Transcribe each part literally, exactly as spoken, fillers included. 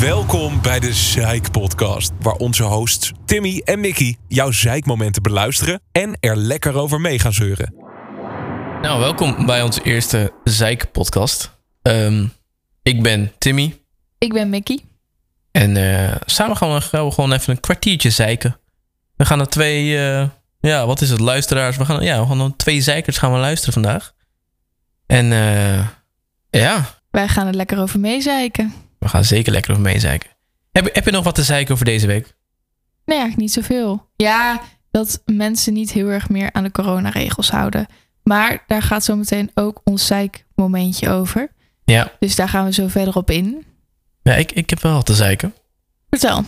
Welkom bij de Zeik-podcast, waar onze hosts Timmy en Mickey jouw zeikmomenten beluisteren en er lekker over mee gaan zeuren. Nou, welkom bij onze eerste Zeik-podcast. Um, ik ben Timmy. Ik ben Mickey. En uh, samen gaan we, gaan we gewoon even een kwartiertje zeiken. We gaan naar twee, uh, ja, wat is het, luisteraars. We gaan, ja, we gaan naar twee zeikers gaan we luisteren vandaag. En uh, ja. Wij gaan er lekker over meezeiken. We gaan zeker lekker over meezeiken. Heb, heb je nog wat te zeiken over deze week? Nee, eigenlijk niet zoveel. Ja, dat mensen niet heel erg meer aan de coronaregels houden. Maar daar gaat zo meteen ook ons zeikmomentje over. Ja. Dus daar gaan we zo verder op in. Ja, ik, ik heb wel wat te zeiken. Vertel.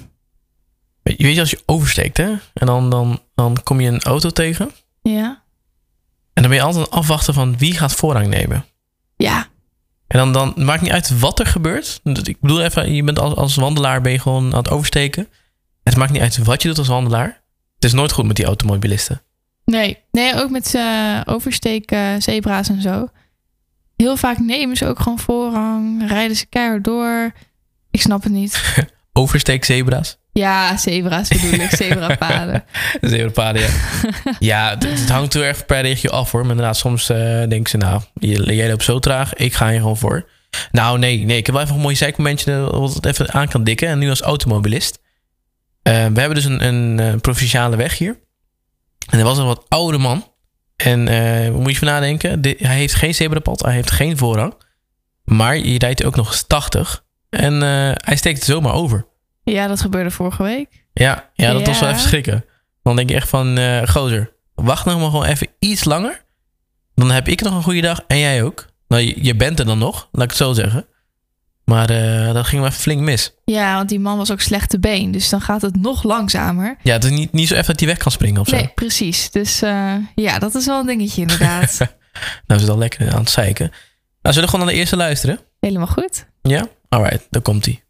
Je weet je, als je oversteekt, hè? En dan, dan, dan kom je een auto tegen. Ja. En dan ben je altijd aan het afwachten van wie gaat voorrang nemen. Ja. En dan, dan maakt niet uit wat er gebeurt. Ik bedoel even, je bent als, als wandelaar ben je gewoon aan het oversteken. Het maakt niet uit wat je doet als wandelaar. Het is nooit goed met die automobilisten. Nee, nee ook met uh, oversteken, zebra's en zo. Heel vaak nemen ze ook gewoon voorrang. Rijden ze keihard door. Ik snap het niet. Oversteekzebra's? Ja, zebra's bedoel ik. Zebrapaden. Zebrapaden, ja. Ja, het, het hangt heel erg per regio af hoor. Maar inderdaad, soms uh, denken ze, nou, jij loopt zo traag. Ik ga hier gewoon voor. Nou, nee, nee. Ik heb wel even een mooi zeikmomentje wat het even aan kan dikken. En nu als automobilist. Uh, we hebben dus een, een, een provinciale weg hier. En er was een wat oude man. En uh, moet je van nadenken. Dit, hij heeft geen zebrapad. Hij heeft geen voorrang. Maar je rijdt ook nog eens tachtig. En uh, hij steekt er zomaar over. Ja, dat gebeurde vorige week. Ja, ja dat ja. was wel even schrikken. Dan denk je echt van, uh, gozer, wacht nog maar gewoon even iets langer. Dan heb ik nog een goede dag en jij ook. Nou, je, je bent er dan nog, laat ik het zo zeggen. Maar uh, dat ging wel even flink mis. Ja, want die man was ook slecht te been. Dus dan gaat het nog langzamer. Ja, het is niet, niet zo even dat hij weg kan springen of zo. Nee, precies. Dus uh, ja, dat is wel een dingetje inderdaad. Nou, we zitten al lekker aan het zeiken. Nou, zullen we gewoon naar de eerste luisteren? Helemaal goed. Ja? Alright, daar komt hij.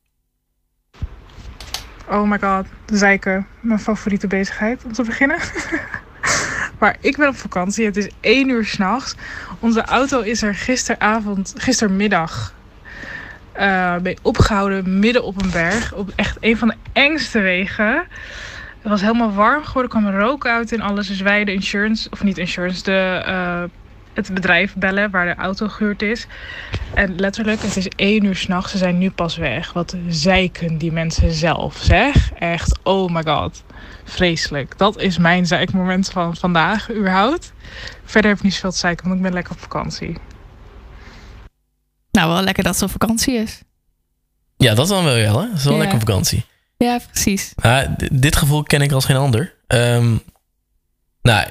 Oh my god, zeiken. Mijn favoriete bezigheid om te beginnen. Maar ik ben op vakantie. Het is één uur 's nachts. Onze auto is er gisteravond, gistermiddag uh, mee opgehouden midden op een berg. Op echt een van de engste wegen. Het was helemaal warm geworden. Er kwam rook uit en alles. Dus wij de insurance, of niet insurance, de... Uh, het bedrijf bellen waar de auto gehuurd is. En letterlijk, het is één uur 's nachts. Ze zijn nu pas weg. Wat zeiken die mensen zelf, zeg. Echt, oh my god. Vreselijk. Dat is mijn zeikmoment van vandaag, überhaupt. Verder heb ik niet zoveel te zeiken, want ik ben lekker op vakantie. Nou, wel lekker dat het op vakantie is. Ja, dat dan wel, hè? Dat is wel ja. lekker op vakantie. Ja, precies. Nou, d- dit gevoel ken ik als geen ander. Um, nou...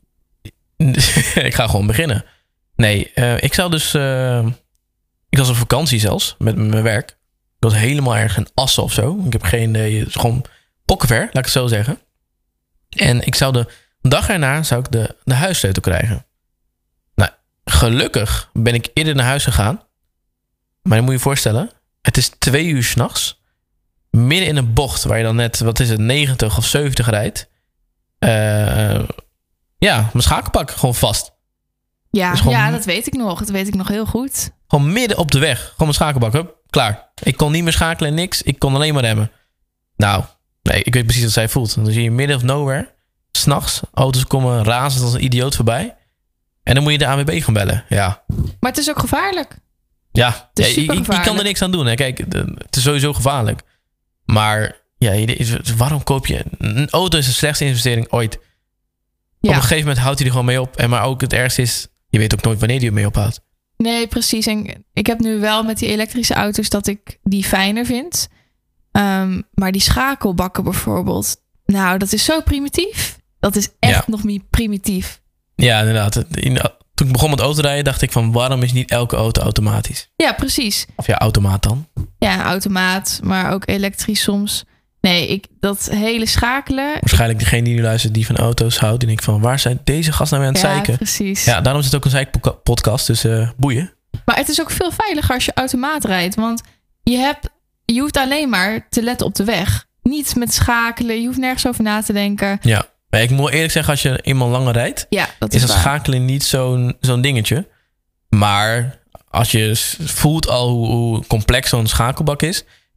ik ga gewoon beginnen. Nee, uh, ik zou dus... Uh, ik was op vakantie zelfs, met mijn werk. Ik was helemaal erg in Assen of zo. Ik heb geen... Uh, gewoon pokkenver, laat ik het zo zeggen. En ik zou de dag erna zou ik de, de huissleutel krijgen. Nou, gelukkig ben ik eerder naar huis gegaan. Maar dan moet je je voorstellen... Het is twee uur 's nachts. Midden in een bocht waar je dan net... Wat is het, negentig of zeventig rijdt. Uh, Ja, mijn schakelpak gewoon vast. Ja, dus gewoon, ja, dat weet ik nog. Dat weet ik nog heel goed. Gewoon midden op de weg. Gewoon mijn schakelpak. Hup, klaar. Ik kon niet meer schakelen en niks. Ik kon alleen maar remmen. Nou, nee, ik weet precies wat zij voelt. Dan zie je midden of nowhere. 's Nachts. Auto's komen razend als een idioot voorbij. En dan moet je de A N W B gaan bellen. Ja. Maar het is ook gevaarlijk. Ja, het is ja je, je kan er niks aan doen. Hè. Kijk, het is sowieso gevaarlijk. Maar ja, waarom koop je... Een auto is de slechtste investering ooit. Ja. Op een gegeven moment houdt hij er gewoon mee op. En maar ook het ergste is, je weet ook nooit wanneer hij ermee ophoudt. Nee, precies. En ik heb nu wel met die elektrische auto's dat ik die fijner vind. Um, maar die schakelbakken bijvoorbeeld. Nou, dat is zo primitief. Dat is echt ja. nog meer primitief. Ja, inderdaad. Toen ik begon met autorijden dacht ik van... waarom is niet elke auto automatisch? Ja, precies. Of ja, automaat dan. Ja, automaat. Maar ook elektrisch soms. Nee, ik, dat hele schakelen... Waarschijnlijk degene die nu luistert die van auto's houdt... die denkt van, waar zijn deze gasten nou aan het ja, zeiken? Precies. Ja, daarom is het ook een zeikpodcast, dus uh, boeien. Maar het is ook veel veiliger als je automaat rijdt. Want je, hebt, je hoeft alleen maar te letten op de weg. Niet met schakelen, je hoeft nergens over na te denken. Ja, maar ik moet eerlijk zeggen, als je eenmaal langer rijdt... Ja, dat is is dat waar. schakelen niet zo'n, zo'n dingetje. Maar als je voelt al hoe, hoe complex zo'n schakelbak is...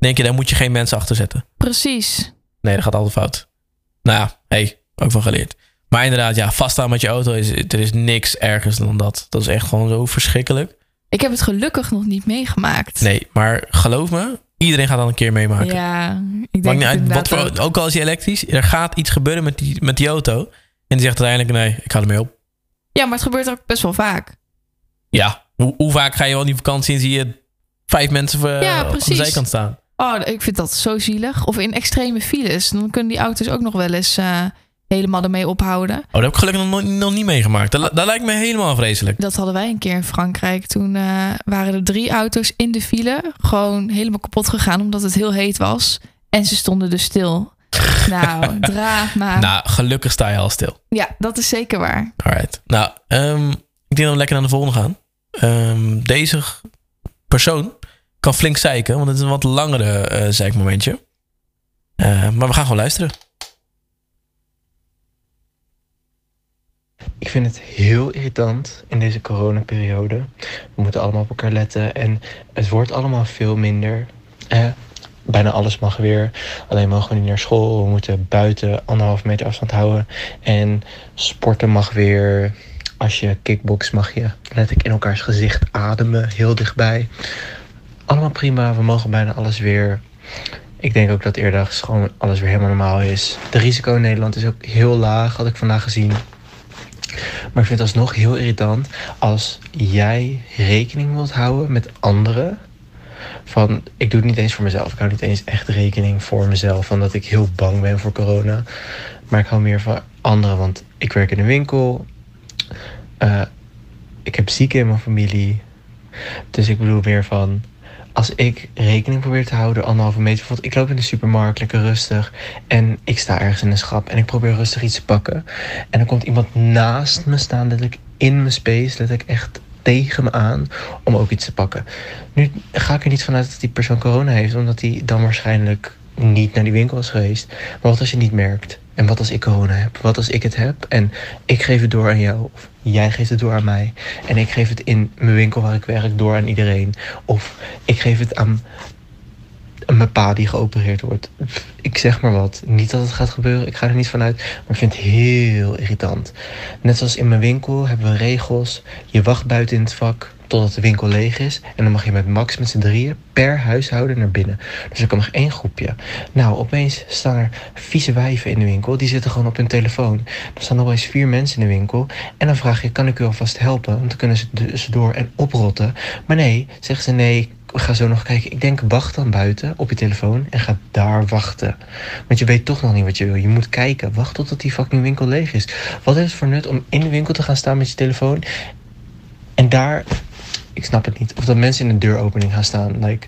denk je, daar moet je geen mensen achter zetten. Precies. Nee, dat gaat altijd fout. Nou ja, hey, ook van geleerd. Maar inderdaad, ja, vaststaan met je auto, is, er is niks ergers dan dat. Dat is echt gewoon zo verschrikkelijk. Ik heb het gelukkig nog niet meegemaakt. Nee, maar geloof me, iedereen gaat dan een keer meemaken. Ja, ik denk Maakt niet uit, inderdaad wat voor, ook. ook al is hij elektrisch, er gaat iets gebeuren met die, met die auto. En die zegt uiteindelijk, nee, ik ga ermee op. Ja, maar het gebeurt ook best wel vaak. Ja, hoe, hoe vaak ga je wel in die vakantie en zie je vijf mensen uh, Ja, aan de precies. zijkant staan? Oh, ik vind dat zo zielig. Of in extreme files. Dan kunnen die auto's ook nog wel eens uh, helemaal ermee ophouden. Oh, dat heb ik gelukkig nog, nog niet meegemaakt. Dat, dat lijkt me helemaal vreselijk. Dat hadden wij een keer in Frankrijk. Toen uh, waren er drie auto's in de file. Gewoon helemaal kapot gegaan omdat het heel heet was. En ze stonden dus stil. Nou, drama. Nou, gelukkig sta je al stil. Ja, dat is zeker waar. Alright. Nou, um, ik denk dat we lekker naar de volgende gaan. Um, deze persoon kan flink zeiken, want het is een wat langere uh, zeikmomentje. Uh, maar we gaan gewoon luisteren. Ik vind het heel irritant in deze coronaperiode. We moeten allemaal op elkaar letten en het wordt allemaal veel minder. Eh, bijna alles mag weer. Alleen mogen we niet naar school. We moeten buiten anderhalve meter afstand houden. En sporten mag weer. Als je kickbox mag je letterlijk in elkaars gezicht ademen. Heel dichtbij. Allemaal prima. We mogen bijna alles weer. Ik denk ook dat eerder gewoon alles weer helemaal normaal is. De risico in Nederland is ook heel laag. Had ik vandaag gezien. Maar ik vind het alsnog heel irritant als jij rekening wilt houden met anderen. Van, ik doe het niet eens voor mezelf. Ik hou niet eens echt rekening voor mezelf. Omdat ik heel bang ben voor corona. Maar ik hou meer van anderen. Want ik werk in een winkel. Uh, ik heb zieken in mijn familie. Dus ik bedoel meer van, als ik rekening probeer te houden, anderhalve meter. Bijvoorbeeld, ik loop in de supermarkt, lekker rustig. En ik sta ergens in een schap. En ik probeer rustig iets te pakken. En dan komt iemand naast me staan, letterlijk in mijn space. Letterlijk echt tegen me aan om ook iets te pakken. Nu ga ik er niet vanuit dat die persoon corona heeft, omdat hij dan waarschijnlijk niet naar die winkel is geweest. Maar wat als je het niet merkt? En wat als ik corona heb? Wat als ik het heb en ik geef het door aan jou? Of jij geeft het door aan mij? En ik geef het in mijn winkel waar ik werk door aan iedereen? Of ik geef het aan mijn pa die geopereerd wordt. Ik zeg maar wat. Niet dat het gaat gebeuren. Ik ga er niet vanuit. Maar ik vind het heel irritant. Net zoals in mijn winkel hebben we regels. Je wacht buiten in het vak totdat de winkel leeg is. En dan mag je met max met z'n drieën per huishouden naar binnen. Dus er kan nog één groepje. Nou, opeens staan er vieze wijven in de winkel. Die zitten gewoon op hun telefoon. Er staan opeens vier mensen in de winkel. En dan vraag je, kan ik u alvast helpen? Want dan kunnen ze tussendoor en oprotten. Maar nee, zeggen ze nee. We gaan zo nog kijken. Ik denk, wacht dan buiten op je telefoon en ga daar wachten. Want je weet toch nog niet wat je wil. Je moet kijken. Wacht totdat die fucking winkel leeg is. Wat heeft het voor nut om in de winkel te gaan staan met je telefoon? En daar, ik snap het niet. Of dat mensen in de deuropening gaan staan. Like,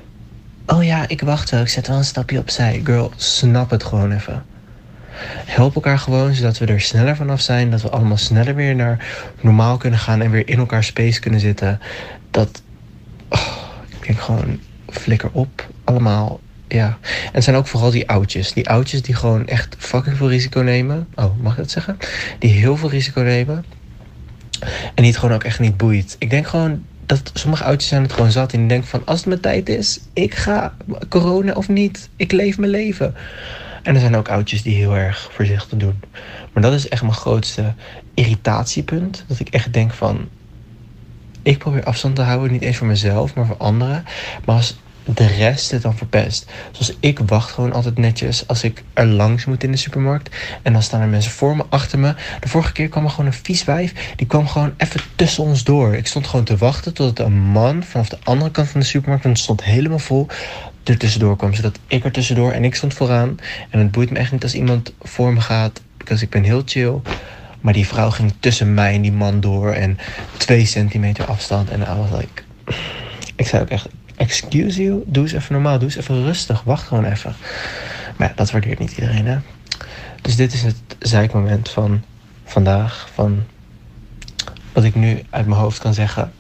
oh ja, ik wacht wel. Ik zet wel een stapje opzij. Girl, snap het gewoon even. Help elkaar gewoon, zodat we er sneller vanaf zijn. Dat we allemaal sneller weer naar normaal kunnen gaan. En weer in elkaar space kunnen zitten. Dat... Oh, ik denk gewoon, flikker op. Allemaal, ja. En het zijn ook vooral die oudjes. Die oudjes die gewoon echt fucking veel risico nemen. Oh, mag ik dat zeggen? Die heel veel risico nemen. En die het gewoon ook echt niet boeit. Ik denk gewoon dat sommige oudjes zijn het gewoon zat. En die denken van, als het mijn tijd is, ik ga corona of niet. Ik leef mijn leven. En er zijn ook oudjes die heel erg voorzichtig doen. Maar dat is echt mijn grootste irritatiepunt. Dat ik echt denk van, ik probeer afstand te houden, niet eens voor mezelf, maar voor anderen. Maar als de rest het dan verpest. Zoals ik wacht gewoon altijd netjes als ik er langs moet in de supermarkt. En dan staan er mensen voor me, achter me. De vorige keer kwam er gewoon een vies wijf. Die kwam gewoon even tussen ons door. Ik stond gewoon te wachten totdat een man vanaf de andere kant van de supermarkt, want het stond helemaal vol, er tussendoor kwam. Zodat ik er tussendoor en ik stond vooraan. En het boeit me echt niet als iemand voor me gaat. Want ik ben heel chill. Maar die vrouw ging tussen mij en die man door. En twee centimeter afstand. En I was like... Ik zei ook echt, excuse you? Doe eens even normaal. Doe eens even rustig. Wacht gewoon even. Maar ja, dat waardeert niet iedereen, hè. Dus dit is het zeikmoment van vandaag. Van wat ik nu uit mijn hoofd kan zeggen.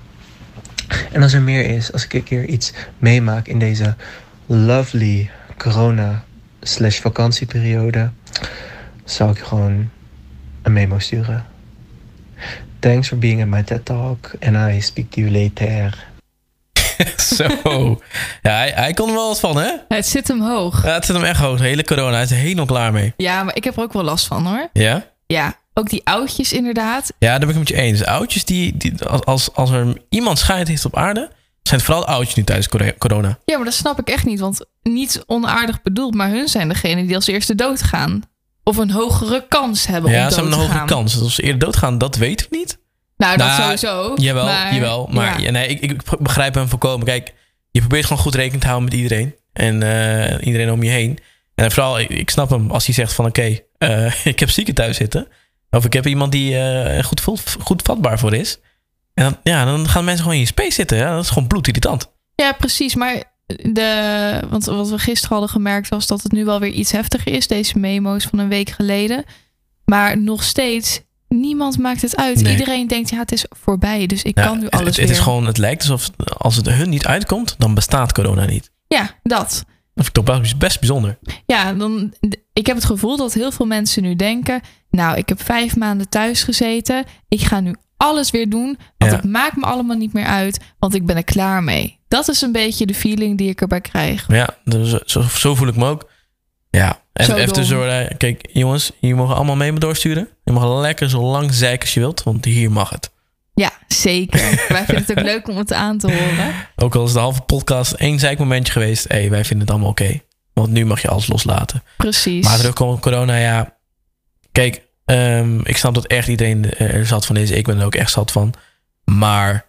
En als er meer is, als ik een keer iets meemaak in deze lovely corona slash vakantieperiode, zou ik gewoon een memo sturen. Thanks for being at my TED Talk and I speak to you later. Zo. Ja, hij, hij kon er wel wat van, hè? Het zit hem hoog. Ja, het zit hem echt hoog. De hele corona. Hij is er helemaal klaar mee. Ja, maar ik heb er ook wel last van, hoor. Ja? Ja, ook die oudjes inderdaad. Ja, daar ben ik het met je eens. Oudjes, die, die, als, als er iemand schijnt heeft op aarde... zijn het vooral oudjes nu tijdens corona. Ja, maar dat snap ik echt niet. Want niet onaardig bedoeld, maar hun zijn degene die als eerste doodgaan. Of een hogere kans hebben ja, om dood te gaan. Ja, ze hebben een hogere kans. Als ze eerder doodgaan, dat weten we niet. Nou, dat nou, sowieso. Jawel, maar, jawel. Maar ja. ja, nee, ik, ik begrijp hem volkomen. Kijk, je probeert gewoon goed rekening te houden met iedereen. En uh, iedereen om je heen. En vooral, ik, ik snap hem als hij zegt van... oké, okay, uh, ik heb zieken thuis zitten. Of ik heb iemand die uh, goed, goed vatbaar voor is. En dan, ja, dan gaan mensen gewoon in je space zitten. Ja? Dat is gewoon bloedirritant. Ja, precies. Maar de, want wat we gisteren hadden gemerkt... was dat het nu wel weer iets heftiger is. Deze memo's van een week geleden. Maar nog steeds... niemand maakt het uit. Nee. Iedereen denkt, ja, het is voorbij. Dus ik ja, kan nu alles het, weer. Het is gewoon, het lijkt alsof als het hun niet uitkomt, dan bestaat corona niet. Ja, dat. Dat vind ik toch best, best bijzonder. Ja, dan, ik heb het gevoel dat heel veel mensen nu denken... nou, ik heb vijf maanden thuis gezeten. Ik ga nu alles weer doen. Want ja. het maakt me allemaal niet meer uit. Want ik ben er klaar mee. Dat is een beetje de feeling die ik erbij krijg. Ja, dus, zo, zo voel ik me ook. Ja, even, even tussendoor. Kijk, jongens, jullie mogen allemaal mee me doorsturen. Je mag lekker zo lang zeiken als je wilt, want hier mag het. Ja, zeker. wij vinden het ook leuk om het aan te horen. Ook al is de halve podcast één zeikmomentje geweest. Hé, hey, wij vinden het allemaal oké. Okay. Want nu mag je alles loslaten. Precies. Maar terugkomen op corona, ja. Kijk, um, ik snap dat echt iedereen er zat van is. Ik ben er ook echt zat van. Maar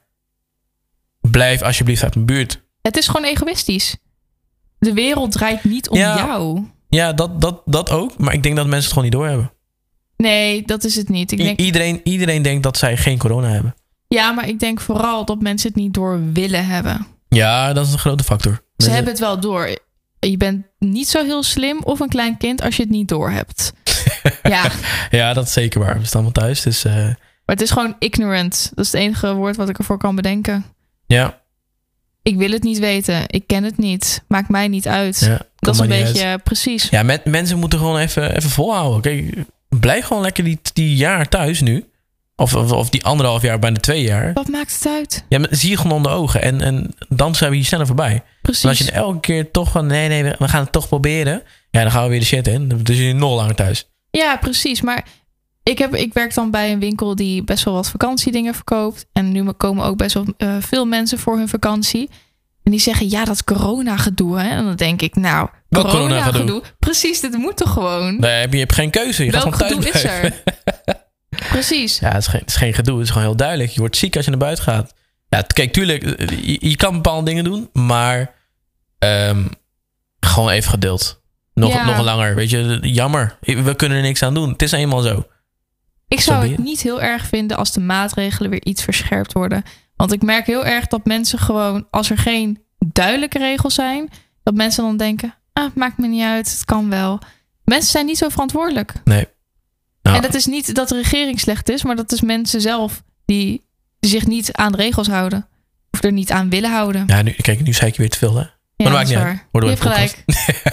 blijf alsjeblieft uit mijn buurt. Het is gewoon egoïstisch. De wereld draait niet om ja. jou. Ja, dat, dat, dat ook. Maar ik denk dat mensen het gewoon niet doorhebben. Nee, dat is het niet. Ik denk... I- iedereen, iedereen denkt dat zij geen corona hebben. Ja, maar ik denk vooral dat mensen het niet door willen hebben. Ja, dat is een grote factor. Ze mensen... hebben het wel door. Je bent niet zo heel slim of een klein kind als je het niet door hebt. ja. ja, dat is zeker waar. We staan wel thuis. Dus, uh... Maar het is gewoon ignorant. Dat is het enige woord wat ik ervoor kan bedenken. Ja. Ik wil het niet weten. Ik ken het niet. Maakt mij niet uit. Ja, dat is een beetje uit. precies. Ja, met, mensen moeten gewoon even, even volhouden. Kijk, blijf gewoon lekker die, die jaar thuis nu. Of, of, of die anderhalf jaar, bijna twee jaar. Wat maakt het uit? Ja, maar zie je gewoon onder de ogen. En, en dan zijn we hier sneller voorbij. Precies. Maar als je elke keer toch van... Nee, nee, we gaan het toch proberen. Ja, dan gaan we weer de shit in. Dus je nog langer thuis. Ja, precies. Maar ik, heb, ik werk dan bij een winkel die best wel wat vakantiedingen verkoopt. En nu komen ook best wel uh, veel mensen voor hun vakantie. En die zeggen, ja, dat corona-gedoe. Hè? En dan denk ik, nou, corona-gedoe. Corona precies, dit moet toch gewoon? Nee, je hebt geen keuze. Je Welk gaat gewoon thuis gedoe is er? Precies. Ja, het is, geen, het is geen gedoe. Het is gewoon heel duidelijk. Je wordt ziek als je naar buiten gaat. Ja, kijk, tuurlijk, je, je kan bepaalde dingen doen. Maar um, gewoon even geduld. Nog, ja. nog langer. Weet je, jammer. We kunnen er niks aan doen. Het is eenmaal zo. Ik zou het niet heel erg vinden als de maatregelen weer iets verscherpt worden. Want ik merk heel erg dat mensen gewoon, als er geen duidelijke regels zijn, dat mensen dan denken, ah, maakt me niet uit, het kan wel. Mensen zijn niet zo verantwoordelijk. Nee. Nou. En dat is niet dat de regering slecht is, maar dat is mensen zelf die zich niet aan de regels houden. Of er niet aan willen houden. Ja, nu, kijk, nu zei ik je weer te veel, hè? Maar ja, dat maakt niet uit. Je hebt gelijk.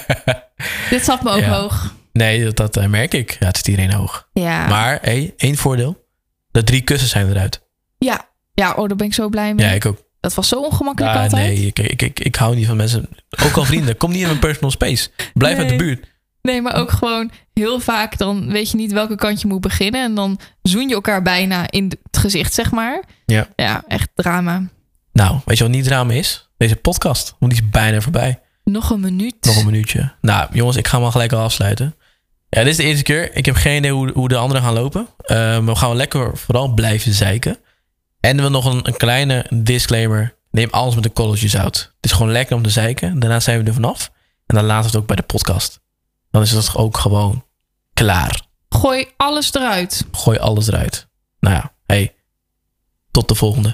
Dit zat me ook ja. hoog. Nee, dat, dat uh, merk ik. Ja, het is iedereen hoog. Ja. Maar, hé, één voordeel. De drie kussens zijn eruit. Ja. Ja, oh, daar ben ik zo blij mee. Ja, ik ook. Dat was zo ongemakkelijk ja, altijd. Nee, ik, ik, ik, ik hou niet van mensen. Ook al vrienden, kom niet in mijn personal space. Blijf nee. uit de buurt. Nee, maar ook gewoon heel vaak dan weet je niet welke kant je moet beginnen. En dan zoen je elkaar bijna in het gezicht, zeg maar. Ja. Ja, echt drama. Nou, weet je wat niet drama is? Deze podcast, want die is bijna voorbij. Nog een minuut. Nog een minuutje. Nou, jongens, ik ga hem al gelijk al afsluiten. Ja, dit is de eerste keer. Ik heb geen idee hoe, hoe de anderen gaan lopen. Uh, maar we gaan lekker vooral blijven zeiken. En we nog een, een kleine disclaimer. Neem alles met een korreltje zout. Het is gewoon lekker om te zeiken. Daarna zijn we er vanaf. En dan laten we het ook bij de podcast. Dan is het ook gewoon klaar. Gooi alles eruit. Gooi alles eruit. Nou ja, hey. Tot de volgende.